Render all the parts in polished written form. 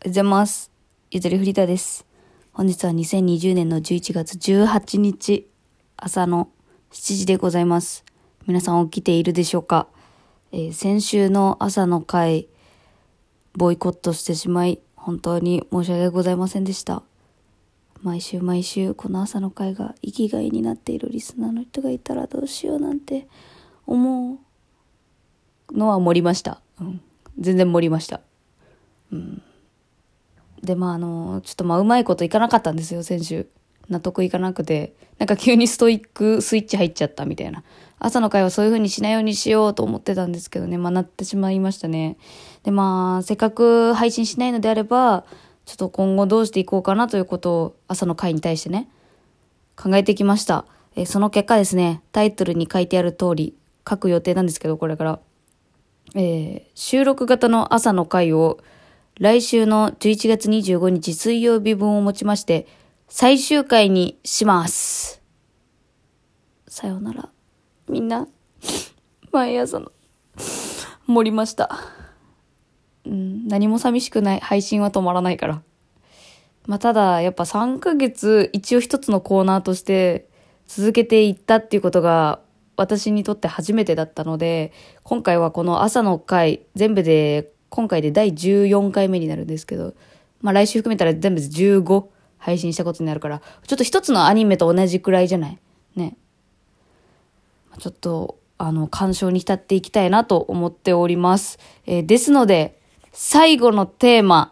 ございます。ゆとりフリーターです。本日は2020年の11月18日、朝の7時でございます。皆さん起きているでしょうか？先週の朝の会、ボイコットしてしまい、本当に申し訳ございませんでした。毎週この朝の会が生きがいになっているリスナーの人がいたらどうしようなんて思うのは盛りました。全然盛りました。で、ちょっとうまいこといかなかったんですよ、先週。納得いかなくて。なんか急にストイックスイッチ入っちゃったみたいな。朝の会はそういう風にしないようにしようと思ってたんですけどね、なってしまいましたね。で、せっかく配信しないのであれば、ちょっと今後どうしていこうかなということを朝の会に対してね、考えてきました。その結果ですね、タイトルに書いてある通り、書く予定なんですけど、これから。収録型の朝の会を来週の11月25日水曜日分をもちまして最終回にします。さようなら。みんな、毎朝の盛りました。何も寂しくない。配信は止まらないから。ただ、やっぱ3ヶ月一応一つのコーナーとして続けていったっていうことが私にとって初めてだったので、今回はこの朝の回、全部で、今回で第14回目になるんですけど、来週含めたら全部で15配信したことになるから、ちょっと一つのアニメと同じくらいじゃないね。ちょっと、鑑賞に浸っていきたいなと思っております。ですので、最後のテーマ、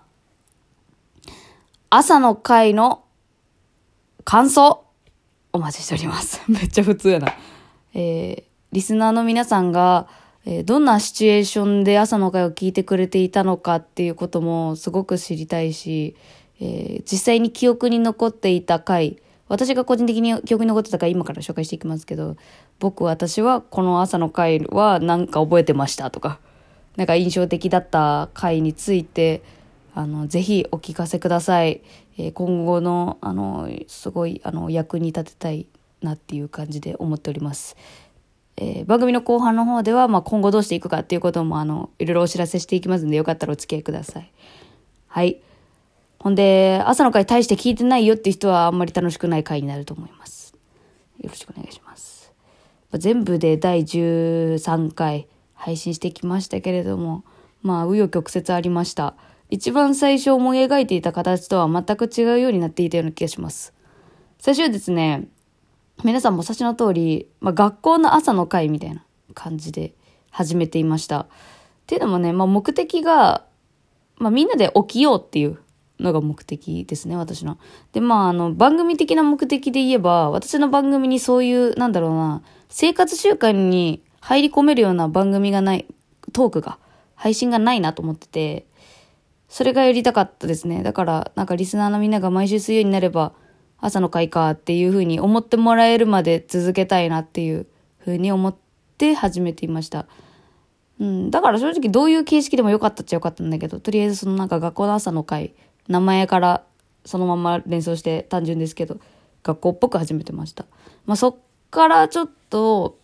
朝の回の感想、お待ちしております。めっちゃ普通やな。リスナーの皆さんが、どんなシチュエーションで朝の会を聞いてくれていたのかっていうこともすごく知りたいし、実際に記憶に残っていた回、私が個人的に記憶に残ってた回今から紹介していきますけど、私はこの朝の会はなんか覚えてましたとか、なんか印象的だった回について、ぜひお聞かせください。今後の、すごい、役に立てたいなっていう感じで思っております。番組の後半の方では、今後どうしていくかっていうことも、いろいろお知らせしていきますので、よかったらお付き合いください。はい。ほんで、朝の回大して聞いてないよっていう人はあんまり楽しくない回になると思います。よろしくお願いします。全部で第13回配信してきましたけれども、紆余曲折ありました。一番最初思い描いていた形とは全く違うようになっていたような気がします。最初はですね、皆さんもお察しの通り、学校の朝の会みたいな感じで始めていました。っていうのもね、目的が、みんなで起きようっていうのが目的ですね、私の。で、番組的な目的で言えば、私の番組にそういう、生活習慣に入り込めるような番組がない、トークが、配信がないなと思ってて、それがやりたかったですね。だから、リスナーのみんなが毎週水曜になれば、朝の会かっていう風に思ってもらえるまで続けたいなっていう風に思って始めていました。だから正直どういう形式でもよかったっちゃよかったんだけど、とりあえずその学校の朝の会、名前からそのまま連想して単純ですけど、学校っぽく始めてました。そっからちょっと、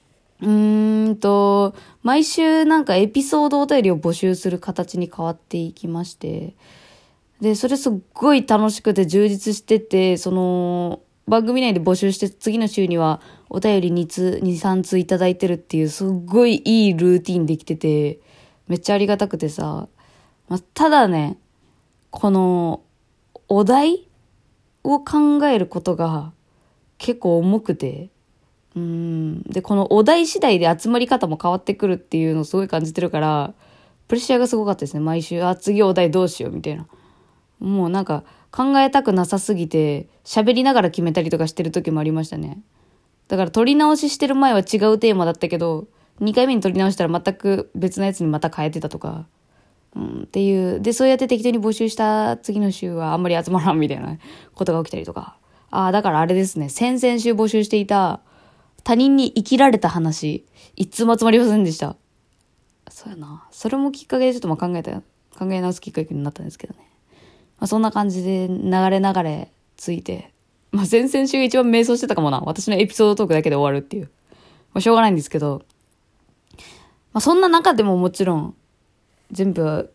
毎週エピソードお便りを募集する形に変わっていきまして、で、それすっごい楽しくて充実してて、その、番組内で募集して次の週にはお便り2通、2、3通いただいてるっていうすっごいいいルーティンできてて、めっちゃありがたくてさ、ただね、この、お題を考えることが結構重くて、で、このお題次第で集まり方も変わってくるっていうのをすごい感じてるから、プレッシャーがすごかったですね。毎週、次お題どうしようみたいな。もう考えたくなさすぎて喋りながら決めたりとかしてる時もありましたね。だから撮り直ししてる前は違うテーマだったけど2回目に撮り直したら全く別のやつにまた変えてたとか、っていうでそうやって適当に募集した次の週はあんまり集まらんみたいなことが起きたりとか、だからあれですね、先々週募集していた他人に生きられた話いつも集まりませんでした。そうやな、それもきっかけでちょっと考え直すきっかけになったんですけどね。そんな感じで流れついて、先々週が一番迷走してたかもな。私のエピソードトークだけで終わるっていう。しょうがないんですけど、そんな中でももちろん全部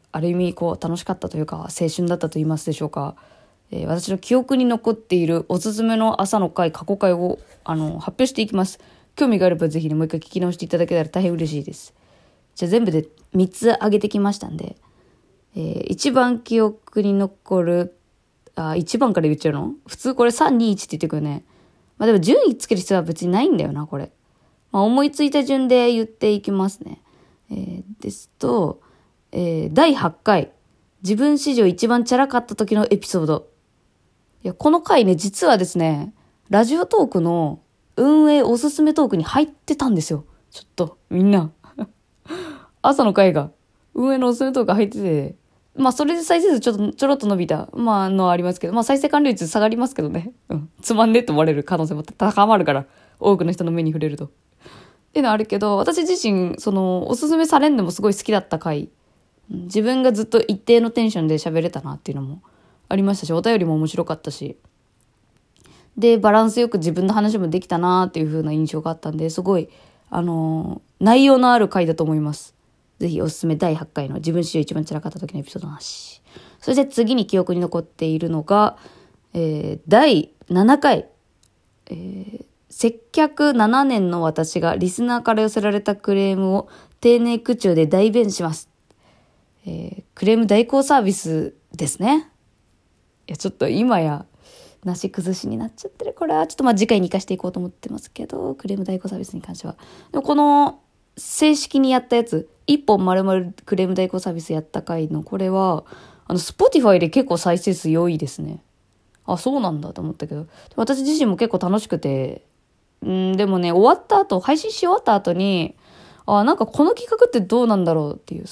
ある意味楽しかったというか青春だったと言いますでしょうか。私の記憶に残っているおすすめの朝の回、過去回を発表していきます。興味があればぜひね、もう一回聞き直していただけたら大変嬉しいです。じゃあ全部で3つ上げてきましたんで、一番記憶に残る、1番から言っちゃうの？普通これ3、2、1って言ってくるね。まあでも順位つける必要は別にないんだよな、これ。まあ思いついた順で言っていきますね。ですと、第8回、自分史上一番チャラかった時のエピソード。いや、この回ね、実はですね、ラジオトークの運営おすすめトークに入ってたんですよ。ちょっと、みんな。朝の回が、運営のおすすめトーク入ってて、まあ、それで再生数ちょろっと伸びた、まあ、のはありますけど、まあ、再生完了率下がりますけどね。うん。つまんねえと思われる可能性も高まるから、多くの人の目に触れると。っていうのはあるけど、私自身、おすすめされんでもすごい好きだった回。自分がずっと一定のテンションで喋れたなっていうのもありましたし、お便りも面白かったし。で、バランスよく自分の話もできたなっていう風な印象があったんで、すごい、内容のある回だと思います。ぜひおすすめ第8回の自分史上一番辛かった時のエピソードの話。そして次に記憶に残っているのが、第7回、接客7年の私がリスナーから寄せられたクレームを丁寧口調で代弁します。クレーム代行サービスですね。いや、ちょっと今や、なし崩しになっちゃってる。これはちょっと次回に生かしていこうと思ってますけど、クレーム代行サービスに関しては。でもこの、正式にやったやつ、一本丸々クレーム代行サービスやった回の、これは、Spotify で結構再生数良いですね。あ、そうなんだと思ったけど。私自身も結構楽しくて、でもね、配信し終わった後に、なんかこの企画ってどうなんだろうっていう、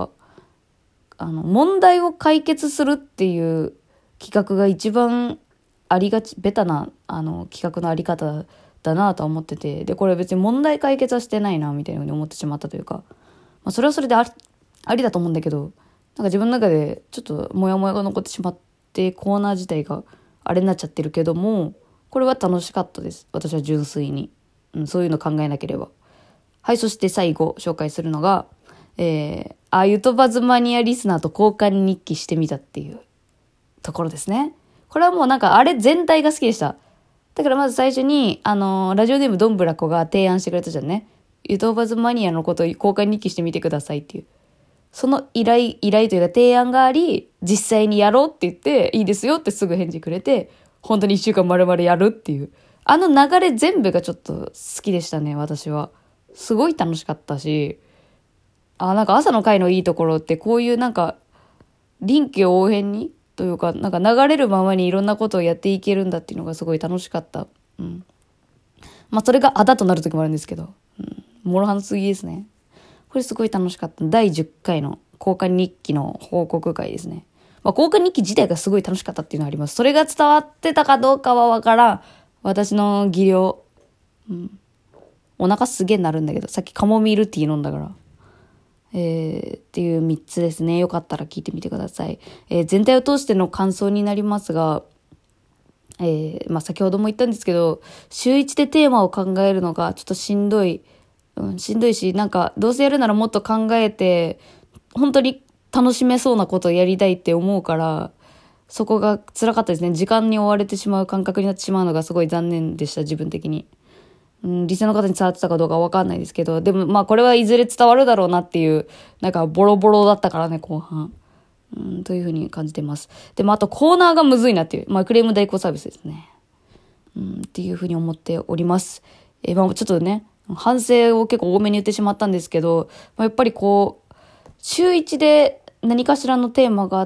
問題を解決するっていう企画が一番ベタな、企画のあり方だなとは思ってて、で、これ別に問題解決はしてないな、みたいなふうに思ってしまったというか、まあ、それはそれでありだと思うんだけど、なんか自分の中でちょっとモヤモヤが残ってしまって、コーナー自体があれになっちゃってるけども、これは楽しかったです。私は純粋に。そういうの考えなければ。はい、そして最後紹介するのが、ゆとばずマニアリスナーと交換日記してみたっていうところですね。これはもうなんかあれ全体が好きでした。だからまず最初に、ラジオネームどんぶらこが提案してくれたじゃんね。ゆとばずマニアのことを交換日記してみてくださいっていう。その依頼というか提案があり、実際にやろうって言って、いいですよってすぐ返事くれて、本当に1週間丸々やるっていう。あの流れ全部がちょっと好きでしたね、私は。すごい楽しかったし、なんか朝の会のいいところってこういうなんか臨機応変にというか、なんか流れるままにいろんなことをやっていけるんだっていうのがすごい楽しかった。うん。まあそれがあだとなる時もあるんですけど、諸刃の次ですね。これすごい楽しかった。第10回の交換日記の報告会ですね。まあ交換日記自体がすごい楽しかったっていうのはあります。それが伝わってたかどうかはわからん。私の技量。お腹すげえなるんだけど、さっきカモミールティー飲んだから。っていう3つですね。よかったら聞いてみてください。全体を通しての感想になりますが、まあ先ほども言ったんですけど、週1でテーマを考えるのがちょっとしんどい。しんどいし、なんかどうせやるならもっと考えて、本当に楽しめそうなことをやりたいって思うから、そこが辛かったですね。時間に追われてしまう感覚になってしまうのがすごい残念でした、自分的に。リスナーの方に伝わってたかどうかわかんないですけど、でもまあこれはいずれ伝わるだろうなっていう、なんかボロボロだったからね、後半。というふうに感じてます。でもあとコーナーがむずいなっていう、まあクレーム代行サービスですね。っていうふうに思っております。まあちょっとね、反省を結構多めに言ってしまったんですけど、まあ、やっぱり週1で何かしらのテーマがあって、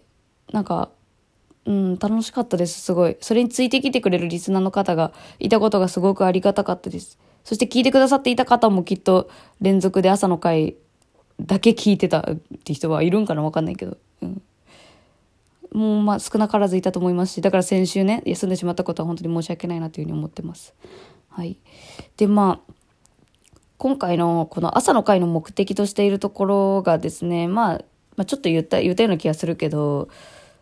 なんか、楽しかったです、すごい。それについてきてくれるリスナーの方がいたことがすごくありがたかったです。そして聞いてくださっていた方もきっと連続で朝の会だけ聞いてたって人はいるんかなわかんないけど。もうまあ少なからずいたと思いますし、だから先週ね、休んでしまったことは本当に申し訳ないなというふうに思ってます。はい。で、まあ、今回のこの朝の会の目的としているところがですね、まあちょっと言ったような気がするけど、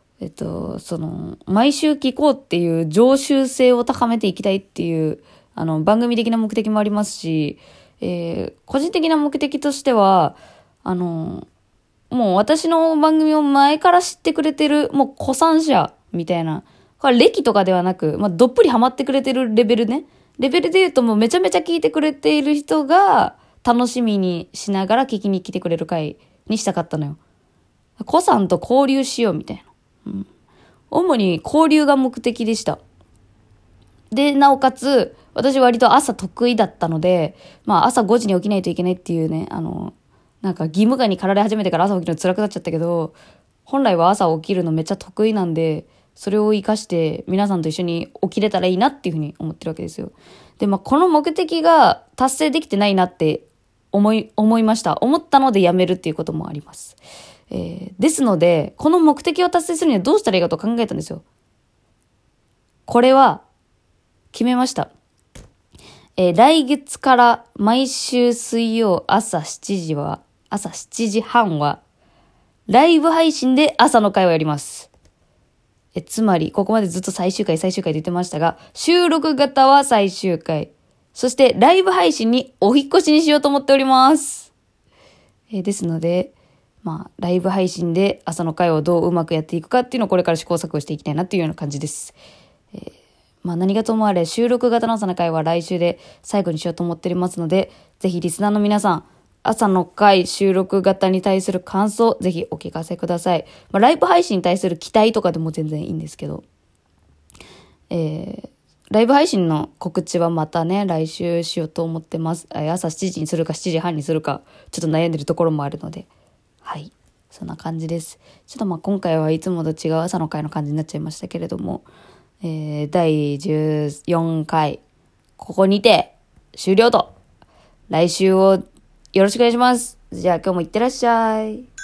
毎週聞こうっていう常習性を高めていきたいっていう、番組的な目的もありますし、個人的な目的としては、 もう私の番組を前から知ってくれてる、もう古参者みたいな。これ歴とかではなく、まあ、どっぷりハマってくれてるレベルね。レベルで言うともうめちゃめちゃ聞いてくれている人が楽しみにしながら聞きに来てくれる回にしたかったのよ。古参と交流しようみたいな。主に交流が目的でした。で、なおかつ、私割と朝得意だったので、まあ朝5時に起きないといけないっていうね、なんか義務感に駆られ始めてから朝起きるの辛くなっちゃったけど、本来は朝起きるのめっちゃ得意なんで、それを活かして皆さんと一緒に起きれたらいいなっていうふうに思ってるわけですよ。で、まあこの目的が達成できてないなって思いました。思ったのでやめるっていうこともあります。ですので、この目的を達成するにはどうしたらいいかと考えたんですよ。これは、決めました。来月から毎週水曜朝7時半は、ライブ配信で朝の会をやります。つまり、ここまでずっと最終回って言ってましたが、収録型は最終回。そして、ライブ配信にお引越しにしようと思っております。ですので、まあ、ライブ配信で朝の会をどううまくやっていくかっていうのをこれから試行錯誤していきたいなっていうような感じです。まあ何がともあれ収録型の朝の会は来週で最後にしようと思っておりますので、ぜひリスナーの皆さん、朝の会収録型に対する感想、ぜひお聞かせください。まあ、ライブ配信に対する期待とかでも全然いいんですけど、ライブ配信の告知はまたね、来週しようと思ってます。朝7時にするか7時半にするか、ちょっと悩んでるところもあるので、はい。そんな感じです。ちょっとまあ今回はいつもと違う朝の会の感じになっちゃいましたけれども、第14回、ここにて終了と。来週をよろしくお願いします。じゃあ今日もいってらっしゃい。